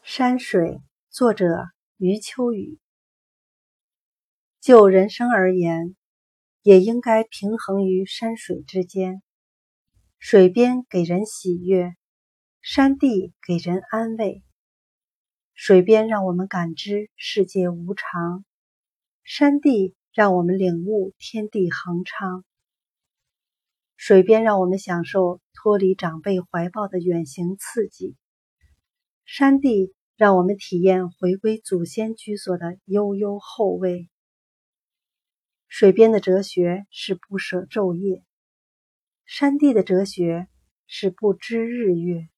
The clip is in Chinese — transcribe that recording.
山水，作者余秋雨。就人生而言，也应该平衡于山水之间。水边给人喜悦，山地给人安慰。水边让我们感知世界无常，山地让我们领悟天地恒昌。水边让我们享受脱离长辈怀抱的远行刺激，山地让我们体验回归祖先居所的悠悠后味。水边的哲学是不舍昼夜，山地的哲学是不知日月。